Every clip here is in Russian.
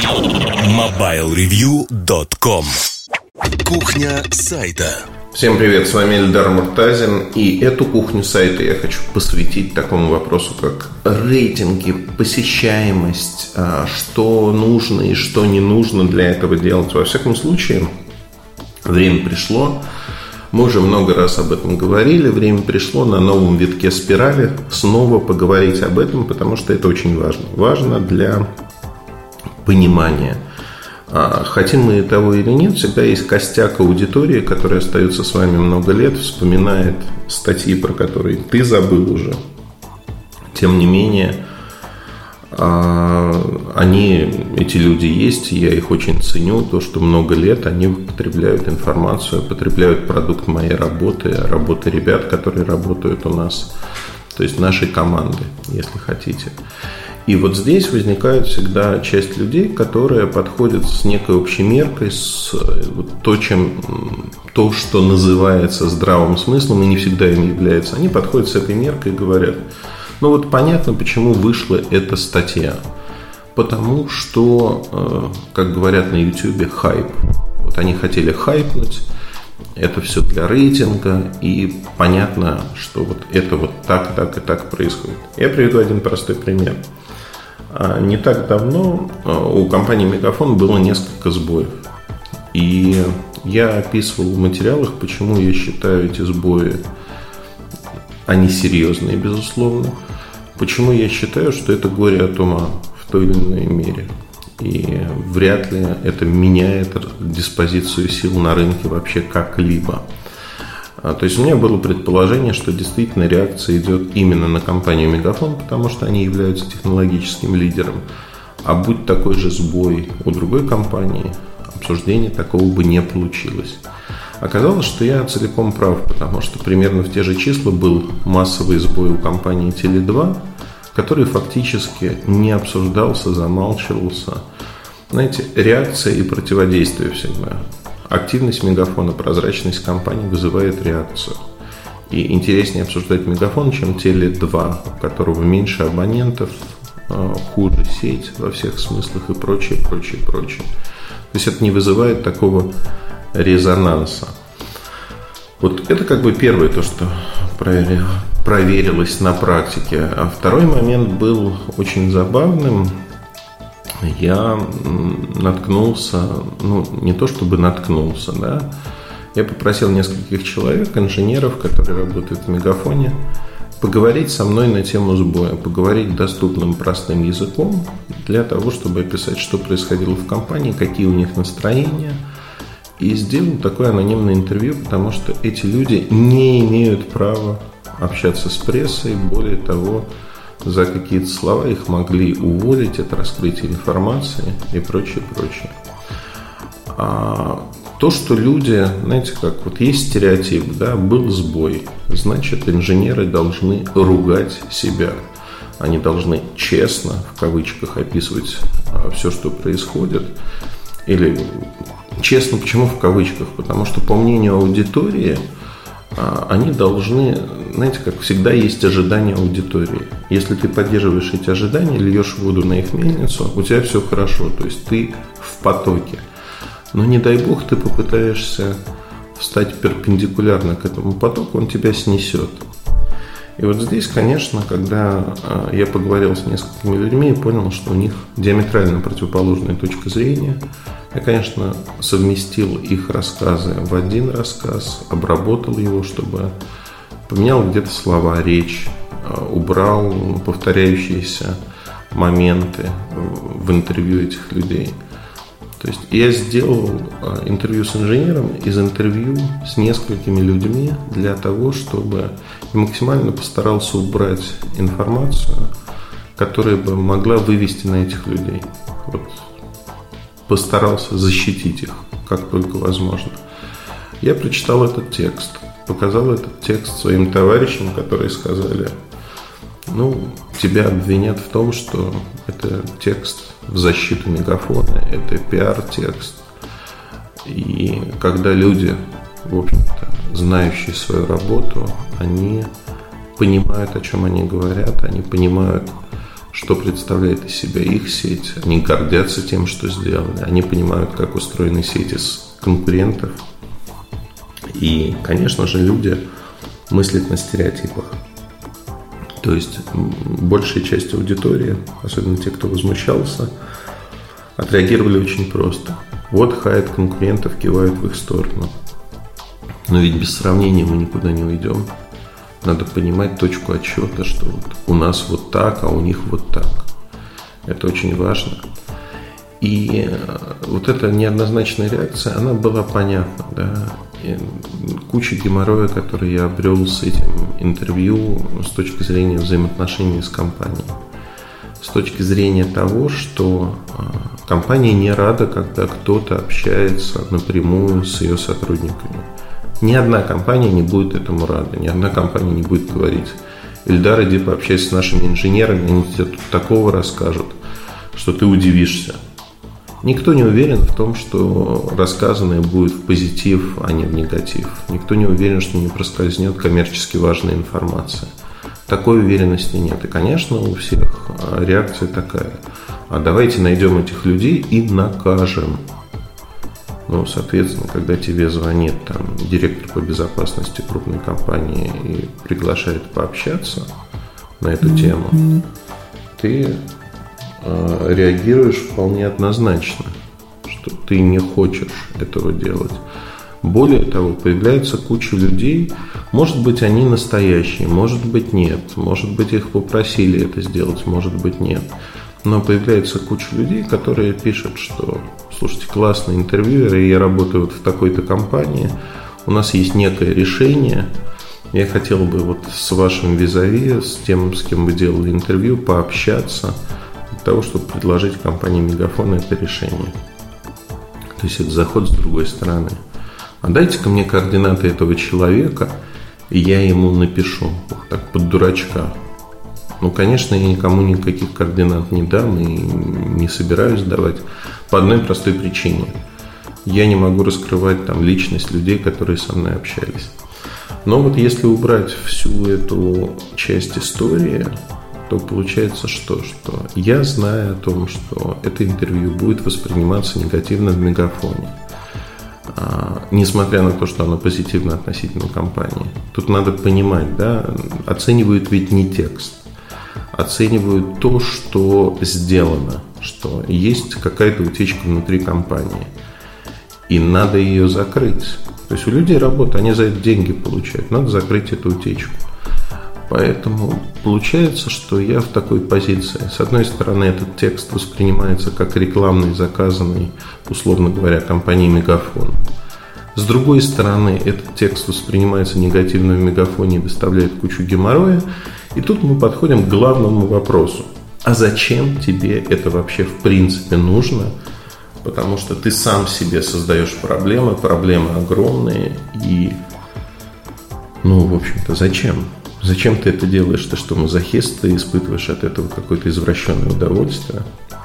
MobileReview.com. Кухня сайта. Всем привет, с вами Эльдар Муртазин. И эту кухню сайта я хочу посвятить такому вопросу, как рейтинги, посещаемость, что нужно и что не нужно для этого делать. Во всяком случае, время пришло. Мы уже много раз об этом говорили. Время пришло на новом витке спирали снова поговорить об этом, потому что это очень важно. Важно для понимания. Хотим мы того или нет, всегда есть костяк аудитории, которая остается с вами много лет, вспоминает статьи, про которые ты забыл уже. Тем не менее, эти люди есть, и я их очень ценю, то, что много лет они потребляют информацию, потребляют продукт моей работы, работы ребят, которые работают у нас, то есть нашей команды, если хотите. И вот здесь возникает всегда часть людей, которые подходят с некой общей меркой, с то, что называется здравым смыслом, и не всегда им является. Они подходят с этой меркой и говорят: ну вот понятно, почему вышла эта статья. Потому что, как говорят на YouTube, хайп. Вот они хотели хайпнуть, это все для рейтинга, и понятно, что вот это вот так и так происходит. Я приведу один простой пример. Не так давно у компании Мегафон было несколько сбоев. И я описывал в материалах, почему я считаю эти сбои, они серьезные, безусловно. Почему я считаю, что это горе от ума в той или иной мере. И вряд ли это меняет диспозицию сил на рынке вообще как-либо. То есть у меня было предположение, что действительно реакция идет именно на компанию Мегафон, потому что они являются технологическим лидером. А будь такой же сбой у другой компании, обсуждения такого бы не получилось. Оказалось, что я целиком прав, потому что примерно в те же числа был массовый сбой у компании Теле2, который фактически не обсуждался, замалчивался. Знаете, реакция и противодействие всегда. Активность Мегафона, прозрачность компании вызывает реакцию. И интереснее обсуждать Мегафон, чем Теле2, у которого меньше абонентов, хуже сеть во всех смыслах и прочее. То есть это не вызывает такого резонанса. Вот это как бы первое, то, что проверилось на практике. А второй момент был очень забавным. Я наткнулся, не то чтобы наткнулся, да, я попросил нескольких человек, инженеров, которые работают в Мегафоне, поговорить со мной на тему сбоя, поговорить доступным, простым языком для того, чтобы описать, что происходило в компании, какие у них настроения. И сделал такое анонимное интервью, потому что эти люди не имеют права общаться с прессой, более того, за какие-то слова их могли уволить, это раскрытие информации и прочее. А то, что люди, знаете, как вот есть стереотип, да, был сбой, значит, инженеры должны ругать себя. Они должны честно, в кавычках, описывать все, что происходит. Или честно, почему в кавычках? Потому что, по мнению аудитории, они должны, знаете, как всегда есть ожидания аудитории. Если ты поддерживаешь эти ожидания, льешь воду на их мельницу, у тебя все хорошо, то есть ты в потоке. Но не дай бог ты попытаешься встать перпендикулярно к этому потоку, он тебя снесет. И вот здесь, конечно, когда я поговорил с несколькими людьми и понял, что у них диаметрально противоположная точка зрения, я, конечно, совместил их рассказы в один рассказ, обработал его, чтобы поменял где-то слова, речь, убрал повторяющиеся моменты в интервью этих людей. То есть я сделал интервью с инженером из интервью с несколькими людьми для того, чтобы я максимально постарался убрать информацию, которая бы могла вывести на этих людей. Вот. Постарался защитить их, как только возможно. Я прочитал этот текст, показал этот текст своим товарищам, которые сказали: тебя обвинят в том, что это текст в защиту Мегафона, это пиар-текст. И когда люди, в общем-то, знающие свою работу, они понимают, о чем они говорят, они понимают что представляет из себя их сеть. Они гордятся тем, что сделали. Они понимают, как устроены сети с конкурентов. И, конечно же, люди мыслят на стереотипах. То есть большая часть аудитории, особенно те, кто возмущался, отреагировали очень просто. Вот хаят конкурентов, кивают в их сторону. Но ведь без сравнения мы никуда не уйдем. Надо понимать точку отсчета, что вот у нас вот так, а у них вот так. Это очень важно. И вот эта неоднозначная реакция, она была понятна. Да? И куча геморроя, который я обрел с этим интервью с точки зрения взаимоотношений с компанией. С точки зрения того, что компания не рада, когда кто-то общается напрямую с ее сотрудниками. Ни одна компания не будет этому рада, ни одна компания не будет говорить: Ильдар, иди пообщайся с нашими инженерами, они тебе тут такого расскажут, что ты удивишься. Никто не уверен в том, что рассказанное будет в позитив, а не в негатив. Никто не уверен, что не проскользнет коммерчески важная информация. Такой уверенности нет. И, конечно, у всех реакция такая: а давайте найдем этих людей и накажем. Ну, соответственно, когда тебе звонит там директор по безопасности крупной компании и приглашает пообщаться на эту тему, ты реагируешь вполне однозначно, что ты не хочешь этого делать. Более того, появляется куча людей, может быть, они настоящие, может быть, нет, может быть, их попросили это сделать, может быть, нет. Но появляется куча людей, которые пишут, что: слушайте, классный интервьюер, я работаю вот в такой-то компании, у нас есть некое решение, я хотел бы вот с вашим визави, с тем, с кем вы делали интервью, пообщаться для того, чтобы предложить компании Мегафон это решение. То есть это заход с другой стороны. А дайте-ка мне координаты этого человека, и я ему напишу, вот так, под дурачка. Ну, конечно, я никому никаких координат не дам и не собираюсь давать по одной простой причине. Я не могу раскрывать там личность людей, которые со мной общались. Но вот если убрать всю эту часть истории, то получается что я знаю о том, что это интервью будет восприниматься негативно в Мегафоне. Несмотря на то, что оно позитивно относительно компании. Тут надо понимать, да, оценивают ведь не текст. Оценивают то, что сделано, что есть какая-то утечка внутри компании, и надо ее закрыть. То есть у людей работа, они за это деньги получают, надо закрыть эту утечку. Поэтому получается, что я в такой позиции. С одной стороны, этот текст воспринимается как рекламный, заказанный, условно говоря, компанией Мегафон. С другой стороны, этот текст воспринимается негативно в Мегафоне и доставляет кучу геморроя. И тут мы подходим к главному вопросу. А зачем тебе это вообще в принципе нужно? Потому что ты сам себе создаешь проблемы огромные. И, в общем-то, зачем? Зачем ты это делаешь? Ты что, мазохист? Ты испытываешь от этого какое-то извращенное удовольствие?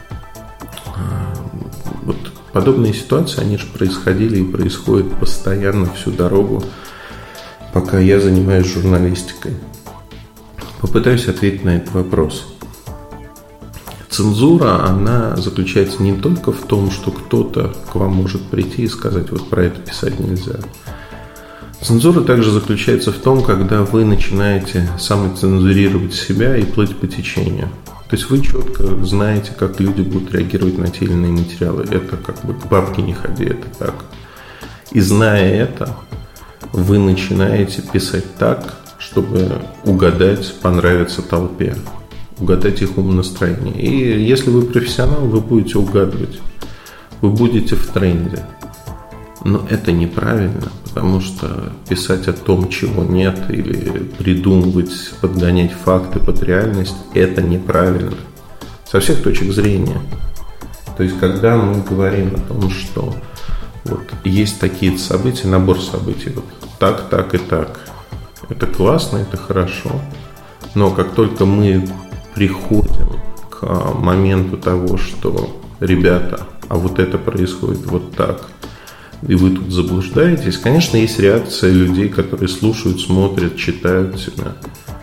Вот подобные ситуации, они же происходили и происходят постоянно всю дорогу, пока я занимаюсь журналистикой. Попытаюсь ответить на этот вопрос. Цензура, она заключается не только в том, что кто-то к вам может прийти и сказать: вот про это писать нельзя. Цензура также заключается в том, когда вы начинаете самоцензурировать себя и плыть по течению. То есть вы четко знаете, как люди будут реагировать на те или иные материалы. Это как бы к бабке не ходи, это так. И зная это, вы начинаете писать так, чтобы угадать, понравиться толпе, угадать их умонастроение. И если вы профессионал, вы будете угадывать, вы будете в тренде. Но это неправильно, потому что писать о том, чего нет, или придумывать, подгонять факты под реальность, это неправильно со всех точек зрения. То есть, когда мы говорим о том, что вот есть такие события, набор событий, вот так, так и так, это классно, это хорошо, но как только мы приходим к моменту того, что, ребята, а вот это происходит вот так, и вы тут заблуждаетесь, конечно, есть реакция людей, которые слушают, смотрят, читают тебя.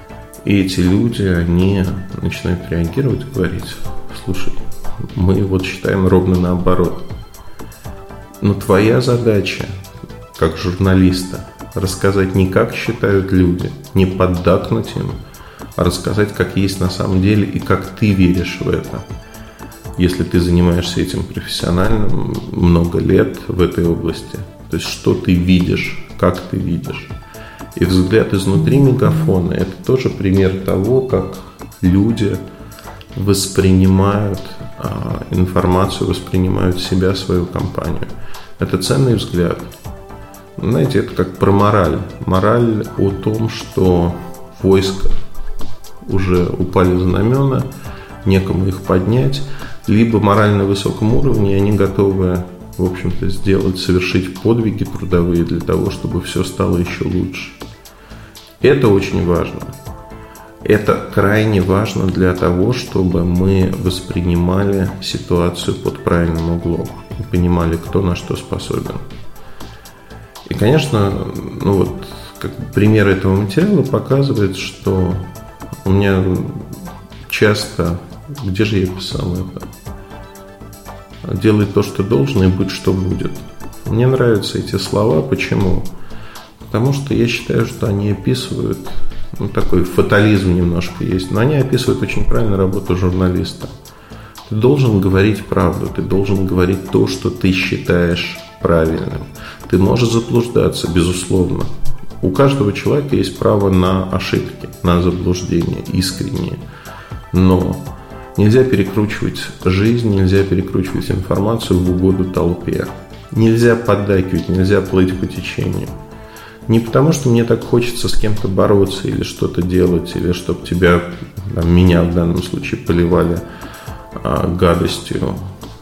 И эти люди, они начинают реагировать и говорить: слушай, мы вот считаем ровно наоборот. Но твоя задача, как журналиста, рассказать не как считают люди, не поддакнуть им, а рассказать, как есть на самом деле и как ты веришь в это. Если ты занимаешься этим профессионально много лет в этой области, то есть что ты видишь, как ты видишь. И взгляд изнутри мегафона – это тоже пример того, как люди воспринимают информацию, воспринимают себя, свою компанию. Это ценный взгляд. Знаете, это как про мораль. Мораль о том, что войска уже упали знамена, некому их поднять, либо морально на высоком уровне, они готовы, в общем-то, совершить подвиги трудовые для того, чтобы все стало еще лучше. Это очень важно. Это крайне важно для того, чтобы мы воспринимали ситуацию под правильным углом и понимали, кто на что способен. И, конечно, как пример этого материала показывает, что у меня часто, где же я писал это? Делай то, что должно, и будь, что будет. Мне нравятся эти слова. Почему? Потому что я считаю, что они описывают, такой фатализм немножко есть, но они описывают очень правильно работу журналиста. Ты должен говорить правду, ты должен говорить то, что ты считаешь правильным. Ты можешь заблуждаться, безусловно. У каждого человека есть право на ошибки, на заблуждения искренние. Но нельзя перекручивать жизнь, нельзя перекручивать информацию в угоду толпе. Нельзя поддакивать, нельзя плыть по течению. Не потому, что мне так хочется с кем-то бороться или что-то делать, или чтобы меня в данном случае поливали гадостью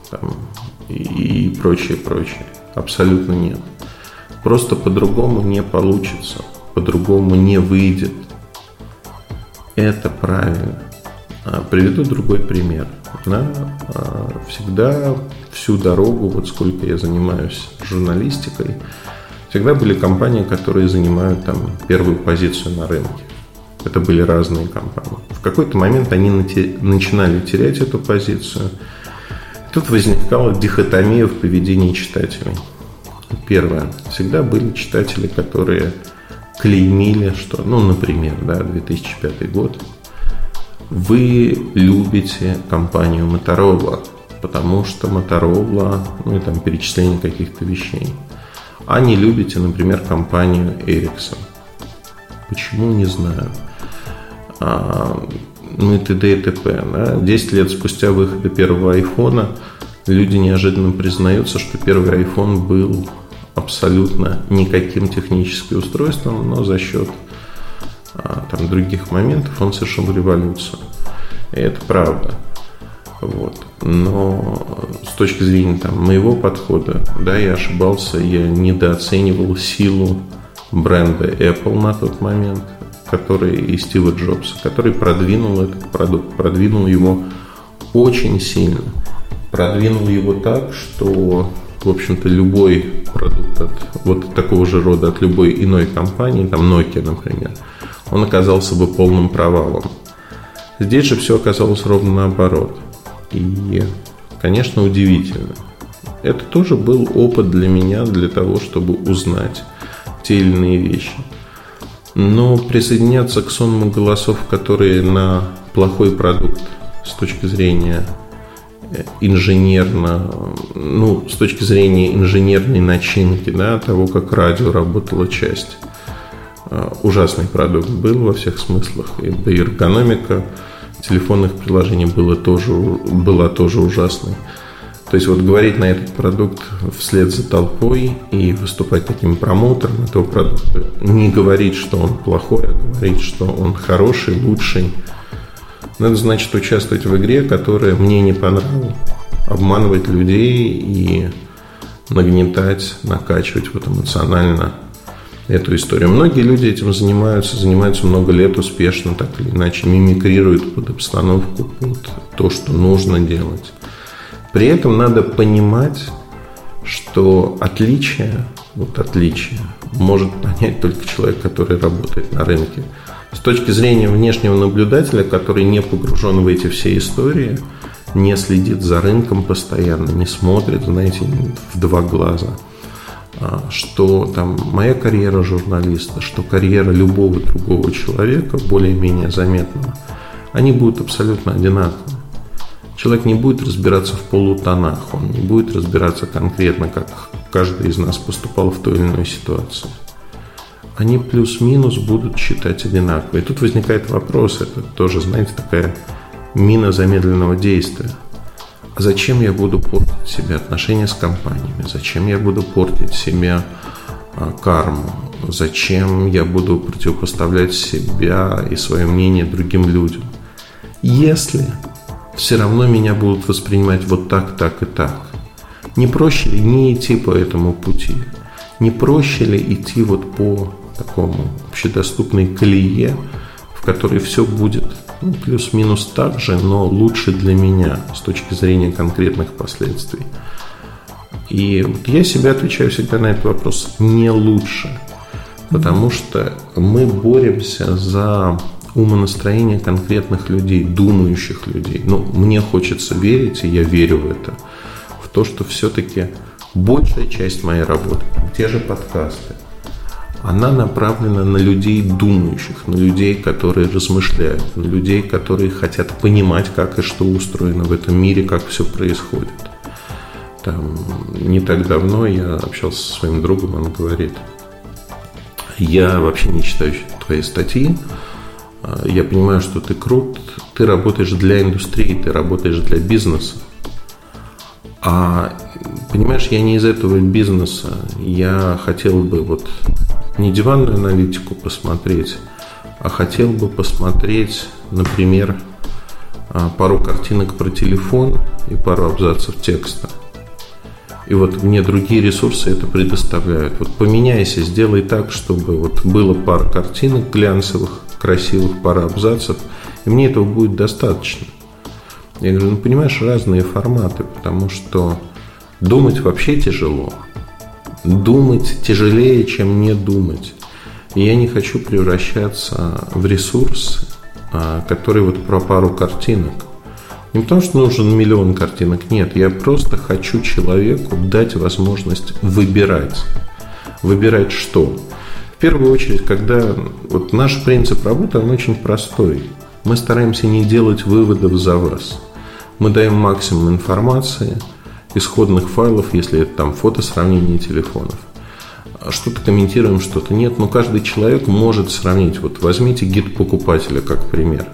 и прочее. Абсолютно нет. Просто по-другому не получится, по-другому не выйдет. Это правильно. Приведу другой пример. Всегда всю дорогу, вот сколько я занимаюсь журналистикой, всегда были компании, которые занимают первую позицию на рынке. Это были разные компании. В какой-то момент они начинали терять эту позицию. Тут возникала дихотомия в поведении читателей. Первое. Всегда были читатели, которые клеймили, что, например, 2005 год, вы любите компанию Motorola, потому что Motorola, и перечисление каких-то вещей. А не любите, например, компанию Ericsson. Почему, не знаю. И т.д. и т.п. 10 лет спустя выхода первого айфона люди неожиданно признаются, что первый iPhone был абсолютно никаким техническим устройством, но за счет других моментов он совершил революцию. И это правда. Но с точки зрения моего подхода, я ошибался, я недооценивал силу бренда Apple на тот момент, и Стива Джобса, который продвинул этот продукт, продвинул его очень сильно. Продвинул его так, что, в общем-то, любой продукт от такого же рода от любой иной компании, Nokia, например, он оказался бы полным провалом. Здесь же все оказалось ровно наоборот. И, конечно, удивительно. Это тоже был опыт для меня, для того, чтобы узнать те или иные вещи. Но присоединяться к сонму голосов, которые на плохой продукт с точки зрения с точки зрения инженерной начинки, того, как радио работала часть. Ужасный продукт был во всех смыслах. Да и эргономика телефонных приложений была тоже ужасной. То есть говорить на этот продукт вслед за толпой и выступать таким промоутером этого продукта, не говорить, что он плохой, а говорить, что он хороший, лучший. Это значит участвовать в игре, которая мне не понравилась. Обманывать людей и нагнетать, накачивать эмоционально эту историю. Многие люди этим занимаются много лет успешно, так или иначе, мимикрируют под обстановку, под то, что нужно делать. При этом надо понимать, что отличие может понять только человек, который работает на рынке. С точки зрения внешнего наблюдателя, который не погружен в эти все истории, не следит за рынком постоянно, не смотрит, знаете, в два глаза, что там моя карьера журналиста, что карьера любого другого человека, более-менее заметного, они будут абсолютно одинаковы. Человек не будет разбираться в полутонах, он не будет разбираться конкретно, как каждый из нас поступал в той или иной ситуации. Они плюс-минус будут считать одинаково. И тут возникает вопрос, это тоже, знаете, такая мина замедленного действия. А зачем я буду портить себе отношения с компаниями? Зачем я буду портить себе карму? Зачем я буду противопоставлять себя и свое мнение другим людям? Если все равно меня будут воспринимать вот так, так и так. Не проще ли не идти по этому пути? Не проще ли идти вот по такому общедоступной колее, в которой все будет плюс-минус так же, но лучше для меня с точки зрения конкретных последствий? И вот я себе отвечаю всегда на этот вопрос: не лучше. Потому что мы боремся за умонастроение конкретных людей, думающих людей. Мне хочется верить, и я верю в это, в то, что все-таки большая часть моей работы, те же подкасты, она направлена на людей думающих, на людей, которые размышляют, на людей, которые хотят понимать, как и что устроено в этом мире, как все происходит. Не так давно я общался со своим другом, он говорит: я вообще не читаю твои статьи, я понимаю, что ты крут, ты работаешь для индустрии, ты работаешь для бизнеса. А, понимаешь, я не из этого бизнеса. Я хотел бы не диванную аналитику посмотреть, а хотел бы посмотреть, например, пару картинок про телефон и пару абзацев текста. И мне другие ресурсы это предоставляют. Поменяйся, сделай так, чтобы было пара картинок глянцевых, красивых, пара абзацев, и мне этого будет достаточно. Я говорю, понимаешь, разные форматы, потому что думать вообще тяжело. Думать тяжелее, чем не думать. И я не хочу превращаться в ресурс, который про пару картинок. Не потому, что нужен миллион картинок, нет. Я просто хочу человеку дать возможность выбирать. Выбирать что? В первую очередь, когда наш принцип работы, он очень простой. Мы стараемся не делать выводов за вас. Мы даем максимум информации, исходных файлов, если это фотосравнение телефонов. Что-то комментируем, что-то нет. Но каждый человек может сравнить. Возьмите гид покупателя как пример.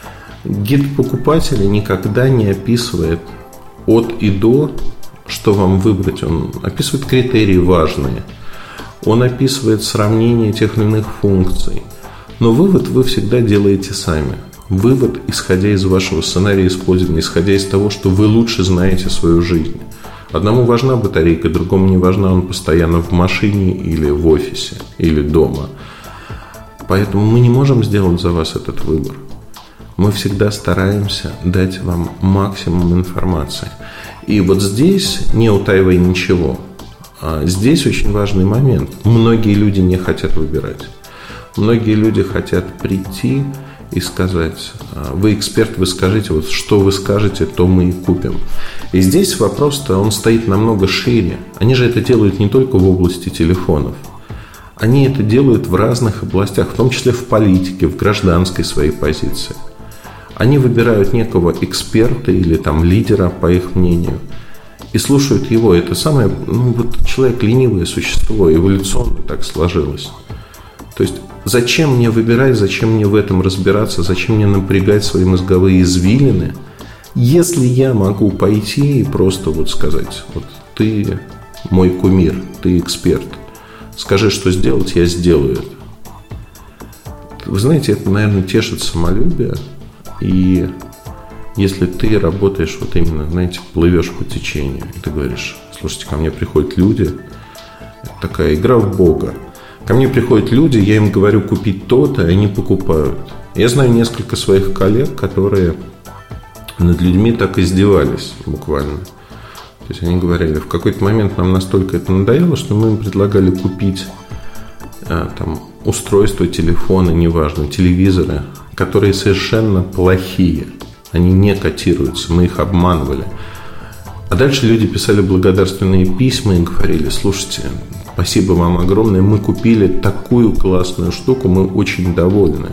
Гид покупателя никогда не описывает от и до, что вам выбрать. Он описывает критерии важные. Он описывает сравнение тех или иных функций. Но вывод вы всегда делаете сами. Вывод, исходя из вашего сценария использования, исходя из того, что вы лучше знаете свою жизнь. Одному важна батарейка, другому не важна, он постоянно в машине или в офисе, или дома. Поэтому мы не можем сделать за вас этот выбор. Мы всегда стараемся дать вам максимум информации. И здесь не утаивая ничего. Здесь очень важный момент. Многие люди не хотят выбирать. Многие люди хотят прийти и сказать: вы эксперт, вы скажите, что вы скажете, то мы и купим. И здесь вопрос-то, он стоит намного шире. Они же это делают не только в области телефонов. Они это делают в разных областях, в том числе в политике, в гражданской своей позиции. Они выбирают некого эксперта или лидера, по их мнению, и слушают его. Это самое, человек ленивое существо, эволюционно так сложилось. То есть зачем мне выбирать, зачем мне в этом разбираться, зачем мне напрягать свои мозговые извилины, если я могу пойти и просто сказать: ты мой кумир, ты эксперт, скажи, что сделать, я сделаю это. Вы знаете, это, наверное, тешит самолюбие. И если ты работаешь именно, плывешь по течению, и ты говоришь: слушайте, ко мне приходят люди, это такая игра в Бога. Ко мне приходят люди, я им говорю купить то-то, и они покупают. Я знаю несколько своих коллег, которые над людьми так издевались буквально. То есть они говорили: в какой-то момент нам настолько это надоело, что мы им предлагали купить устройства, телефоны, неважно, телевизоры, которые совершенно плохие. Они не котируются, мы их обманывали. А дальше люди писали благодарственные письма и говорили: слушайте, спасибо вам огромное, мы купили такую классную штуку, мы очень довольны.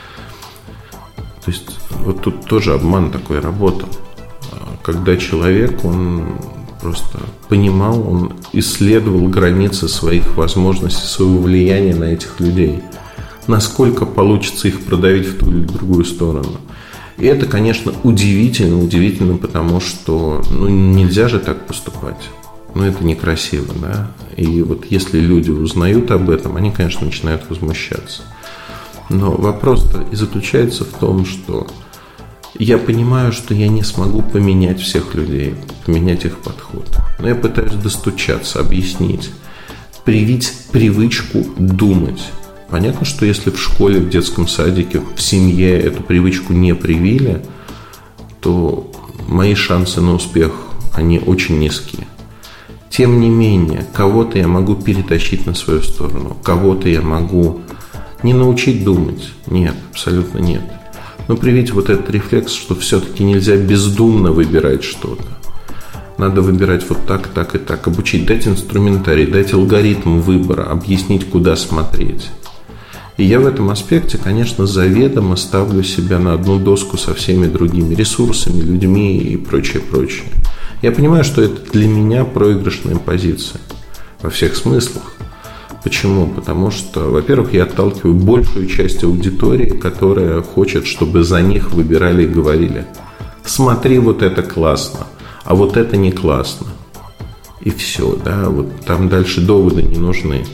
То есть вот тут тоже обман такой работал. Когда человек, он просто понимал, он исследовал границы своих возможностей, своего влияния на этих людей. Насколько получится их продавить в ту или другую сторону. И это, конечно, удивительно, потому что нельзя же так поступать. Это некрасиво, да? И вот если люди узнают об этом, они, конечно, начинают возмущаться. Но вопрос-то и заключается в том, что я понимаю, что я не смогу поменять всех людей, поменять их подход. Но я пытаюсь достучаться, объяснить, привить привычку думать. Понятно, что если в школе, в детском садике, в семье эту привычку не привили, то мои шансы на успех, они очень низкие. Тем не менее, кого-то я могу перетащить на свою сторону, кого-то я могу не научить думать. Нет, абсолютно нет. Но привить вот этот рефлекс, что все-таки нельзя бездумно выбирать что-то. Надо выбирать вот так, так и так. Обучить, дать инструментарий, дать алгоритм выбора, объяснить, куда смотреть. И я в этом аспекте, конечно, заведомо ставлю себя на одну доску со всеми другими ресурсами, людьми и прочее. Я понимаю, что это для меня проигрышная позиция во всех смыслах. Почему? Потому что, во-первых, я отталкиваю большую часть аудитории, которая хочет, чтобы за них выбирали и говорили: смотри, вот это классно, а вот это не классно. И все, да, вот там дальше доводы не нужны.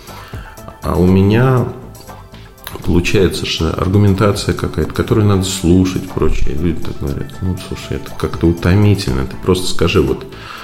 А у меня получается же аргументация какая-то, которую надо слушать, прочее. Люди так говорят: слушай, это как-то утомительно. Ты просто скажи, вот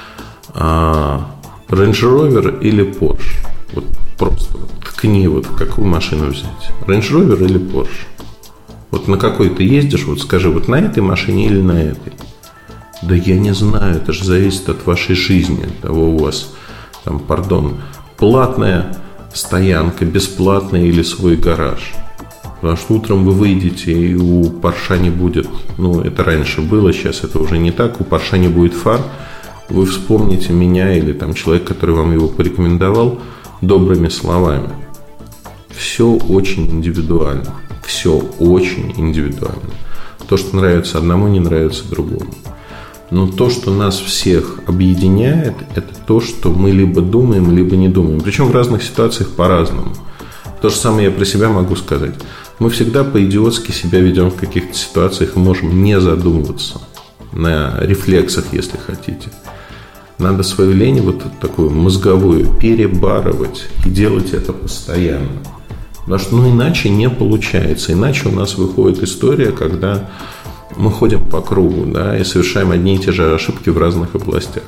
Range Rover или Porsche? Вот просто ткни, вот какую машину взять. Range Rover или Porsche? Вот на какой ты ездишь, вот скажи, вот на этой машине или на этой? Да я не знаю, это же зависит от вашей жизни. Того у вас, там, платная стоянка, бесплатная или свой гараж. Потому что утром вы выйдете, и у Порша не будет, это раньше было, сейчас это уже не так, у Порша не будет фар. Вы вспомните меня или там человек, который вам его порекомендовал, добрыми словами. Все очень индивидуально. Все очень индивидуально. То, что нравится одному, не нравится другому. Но то, что нас всех объединяет, это то, что мы либо думаем, либо не думаем. Причем в разных ситуациях по-разному. То же самое я про себя могу сказать. Мы всегда по-идиотски себя ведем в каких-то ситуациях и можем не задумываться. На рефлексах, если хотите. Надо свою лень, вот такую мозговую, перебарывать и делать это постоянно. Потому что иначе не получается. Иначе у нас выходит история, когда мы ходим по кругу, да, и совершаем одни и те же ошибки в разных областях.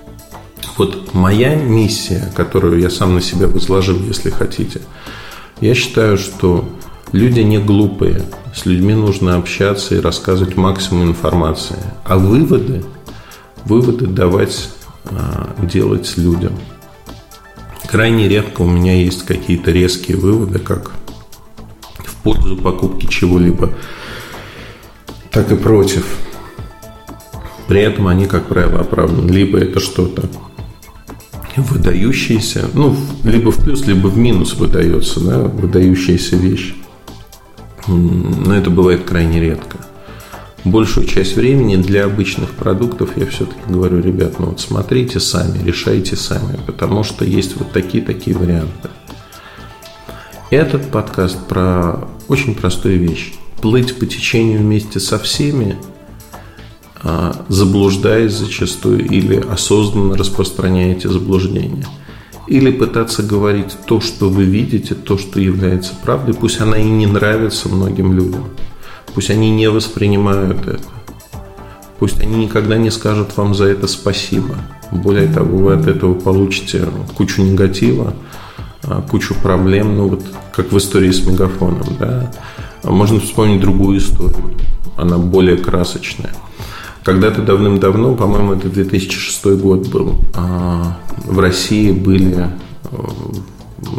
Вот моя миссия, которую я сам на себя возложил, если хотите, я считаю, что люди не глупые. С людьми нужно общаться и рассказывать максимум информации. А выводы давать, делать людям. Крайне редко у меня есть какие-то резкие выводы, как в пользу покупки чего-либо, так и против. При этом они, как правило, оправданы. Либо это что-то выдающееся, либо в плюс, либо в минус выдается, да, выдающаяся вещь. Но это бывает крайне редко. Большую часть времени для обычных продуктов я все-таки говорю: ребят, смотрите сами, решайте сами, потому что есть вот такие варианты. Этот подкаст про очень простую вещь. Плыть по течению вместе со всеми, заблуждаясь зачастую или осознанно распространяя эти заблуждения. Или пытаться говорить то, что вы видите, то, что является правдой, пусть она и не нравится многим людям. Пусть они не воспринимают это. Пусть они никогда не скажут вам за это спасибо. Более того, вы от этого получите кучу негатива, кучу проблем, как в истории с мегафоном. Да? Можно вспомнить другую историю. Она более красочная. Когда-то давным-давно, по-моему, это 2006 год был, в России были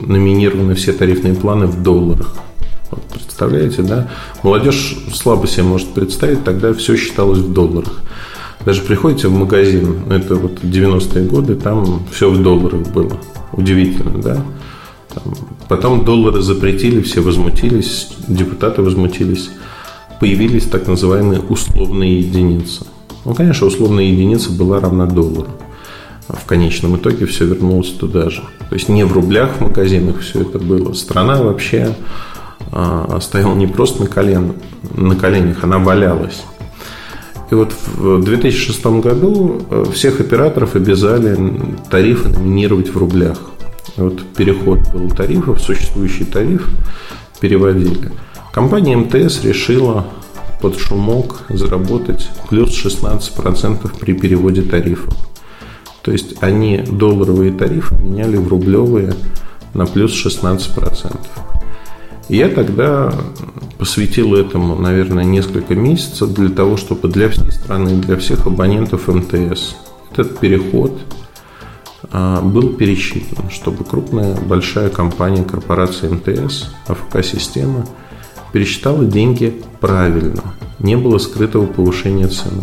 номинированы все тарифные планы в долларах. Вот представляете, да? Молодежь слабо себе может представить, тогда все считалось в долларах. Даже приходите в магазин, это вот 90-е годы, там все в долларах было. Удивительно, да? Потом доллары запретили, все возмутились, депутаты возмутились. Появились так называемые условные единицы. Ну, конечно, условная единица была равна доллару. В конечном итоге все вернулось туда же. То есть не в рублях в магазинах все это было. Страна вообще стояла не просто на коленях, она валялась. И вот в 2006 году всех операторов обязали тарифы номинировать в рублях. Вот переход был тарифов, существующий тариф переводили. Компания МТС решила под шумок заработать плюс 16% при переводе тарифов. То есть они долларовые тарифы меняли в рублевые на плюс 16%. И я тогда посвятил этому, наверное, несколько месяцев для того, чтобы для всей страны, для всех абонентов МТС этот переход был пересчитан, чтобы крупная, большая компания, корпорация МТС, АФК-система пересчитала деньги правильно, не было скрытого повышения цены.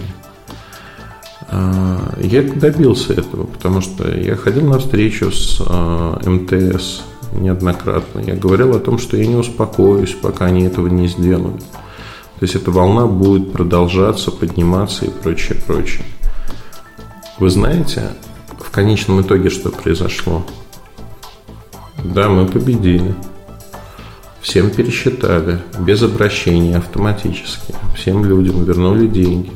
Я добился этого, потому что я ходил на встречу с МТС неоднократно. Я говорил о том, что я не успокоюсь, пока они этого не сделают. То есть эта волна будет продолжаться, подниматься и прочее, прочее. Вы знаете, в конечном итоге что произошло? Да, мы победили. Всем пересчитали, без обращения, автоматически. Всем людям вернули деньги.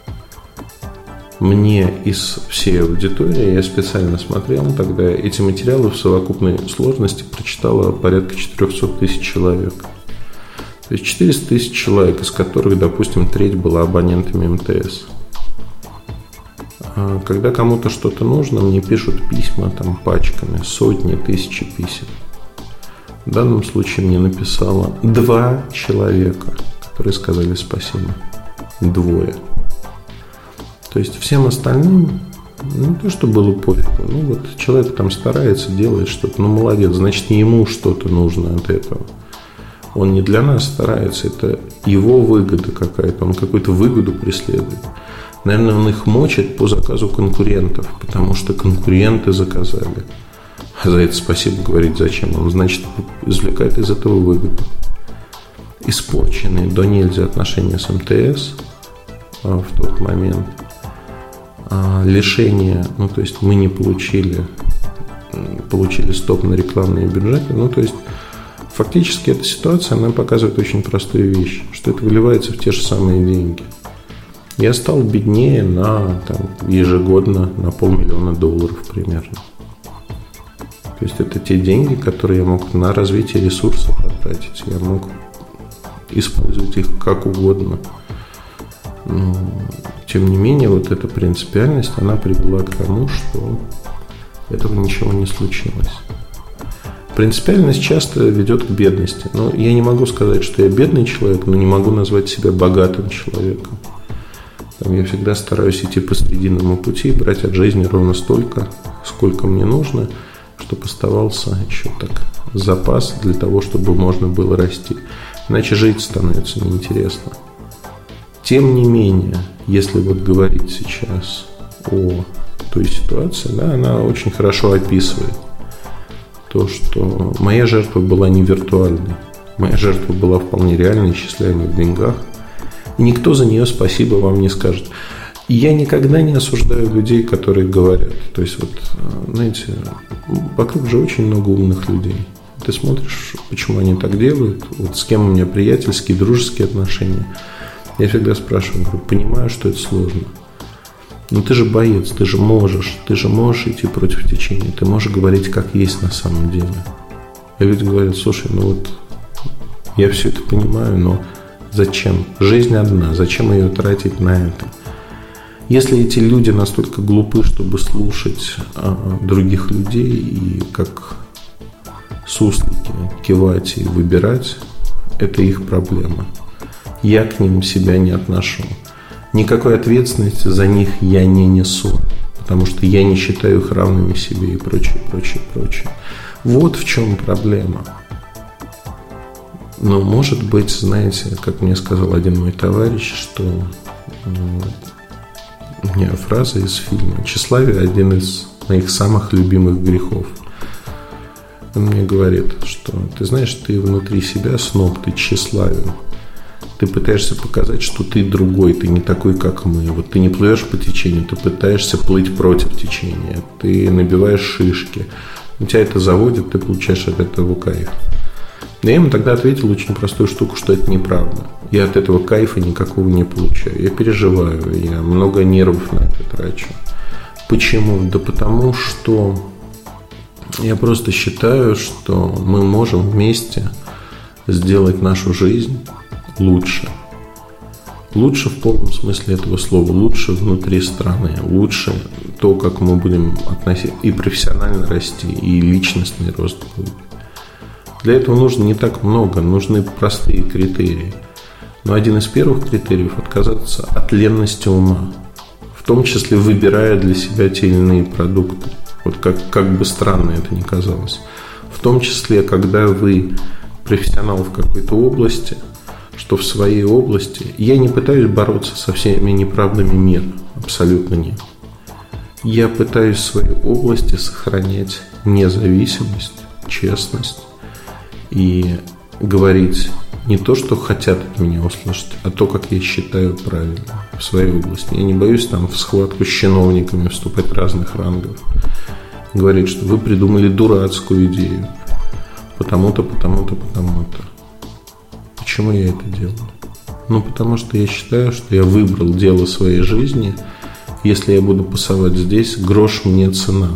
Мне из всей аудитории, я специально смотрел тогда, эти материалы в совокупной сложности прочитало порядка 400 тысяч человек. То есть 400 тысяч человек, из которых, допустим, треть была абонентами МТС. Когда кому-то что-то нужно, мне пишут письма там пачками, сотни, тысячи писем. В данном случае мне написало 2 человека, которые сказали спасибо. 2. То есть всем остальным, не то, что было пофигу, ну вот человек там старается, делает что-то, ну молодец, значит ему что-то нужно от этого. Он не для нас старается, это его выгода какая-то, он какую-то выгоду преследует. Наверное, он их мочит по заказу конкурентов, потому что конкуренты заказали. А за это спасибо говорить зачем? Он, значит, извлекает из этого выгоду. Испорченные до нельзя отношения с МТС в тот момент. Лишение, ну то есть мы не получили стоп на рекламные бюджеты. Ну то есть фактически эта ситуация, она показывает очень простую вещь, что это выливается в те же самые деньги. Я стал беднее ежегодно на $500 000 примерно. То есть это те деньги, которые я мог на развитие ресурсов потратить. Я мог использовать их как угодно. Но, тем не менее, вот эта принципиальность, она привела к тому, что этого ничего не случилось. Принципиальность часто ведет к бедности. Но я не могу сказать, что я бедный человек, но не могу назвать себя богатым человеком. Я всегда стараюсь идти по срединному пути, брать от жизни ровно столько, сколько мне нужно, чтобы оставался еще так запас для того, чтобы можно было расти. Иначе жить становится неинтересно. Тем не менее, если вот говорить сейчас о той ситуации, да, она очень хорошо описывает то, что моя жертва была не виртуальной. Моя жертва была вполне реальной, исчисляемой в деньгах. И никто за нее спасибо вам не скажет. И я никогда не осуждаю людей, которые говорят. То есть, вот, знаете, вокруг же очень много умных людей. Ты смотришь, почему они так делают, вот с кем у меня приятельские, дружеские отношения. Я всегда спрашиваю, говорю, понимаю, что это сложно. Но ты же боец, ты же можешь идти против течения, ты можешь говорить, как есть на самом деле. И люди говорят, слушай, ну вот, я все это понимаю, но зачем? Жизнь одна, зачем ее тратить на это? Если эти люди настолько глупы, чтобы слушать других людей и как суслики кивать и выбирать, это их проблема. Я к ним себя не отношу. Никакой ответственности за них я не несу, потому что я не считаю их равными себе и прочее, прочее, прочее. Вот в чем проблема. Но, может быть, знаете, как мне сказал один мой товарищ, что у меня фраза из фильма: «Тщеславие – один из моих самых любимых грехов». Он мне говорит, что ты знаешь, ты внутри себя сноб, ты тщеславен. Ты пытаешься показать, что ты другой, ты не такой, как мы. Вот ты не плывешь по течению, ты пытаешься плыть против течения. Ты набиваешь шишки. У тебя это заводит, ты получаешь от этого кайф. Я ему тогда ответил очень простую штуку, что это неправда. Я от этого кайфа никакого не получаю. Я переживаю, я много нервов на это трачу. Почему? Да потому что я просто считаю, что мы можем вместе сделать нашу жизнь лучше. Лучше в полном смысле этого слова. Лучше внутри страны. Лучше то, как мы будем относиться и профессионально расти, и личностный рост будет. Для этого нужно не так много. Нужны простые критерии. Но один из первых критериев – отказаться от ленности ума. В том числе выбирая для себя те или иные продукты. Вот как бы странно это ни казалось. В том числе, когда вы профессионал в какой-то области, что в своей области... Я не пытаюсь бороться со всеми неправдами мира. Абсолютно нет. Я пытаюсь в своей области сохранять независимость, честность и говорить не то, что хотят от меня услышать, а то, как я считаю правильно в своей области. Я не боюсь там в схватку с чиновниками вступать разных рангов. Говорить, что вы придумали дурацкую идею. Потому-то, потому-то, потому-то. Почему я это делаю? Ну, потому что я считаю, что я выбрал дело своей жизни. Если я буду пасовать здесь, грош мне цена.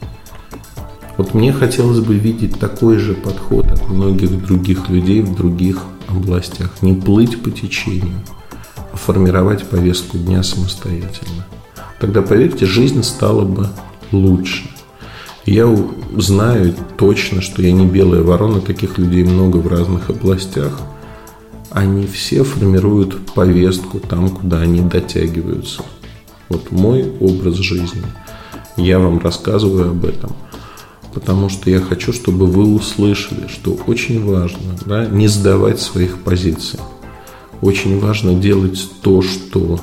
Вот мне хотелось бы видеть такой же подход от многих других людей в других областях. Не плыть по течению, а формировать повестку дня самостоятельно. Тогда, поверьте, жизнь стала бы лучше. Я знаю точно, что я не белая ворона, таких людей много в разных областях. Они все формируют повестку там, куда они дотягиваются. Вот мой образ жизни. Я вам рассказываю об этом, потому что я хочу, чтобы вы услышали, что очень важно, не сдавать своих позиций. Очень важно делать то, что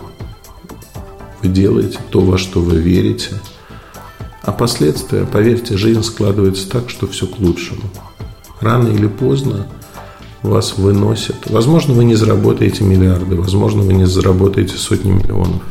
вы делаете, то, во что вы верите. А последствия, поверьте, жизнь складывается так, что все к лучшему. Рано или поздно вас выносят. Возможно, вы не заработаете миллиарды, возможно, вы не заработаете сотни миллионов.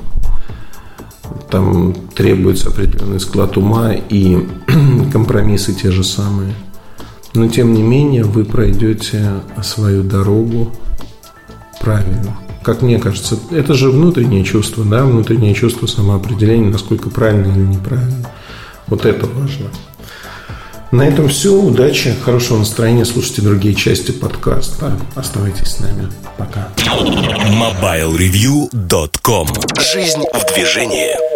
Там требуется определенный склад ума и компромиссы те же самые. Но, тем не менее, вы пройдете свою дорогу правильно. Как мне кажется, это же внутреннее чувство, внутреннее чувство самоопределения, насколько правильно или неправильно. Вот это важно. На этом все. Удачи, хорошего настроения. Слушайте другие части подкаста. Оставайтесь с нами. Пока. MobileReview.com. Жизнь в движении.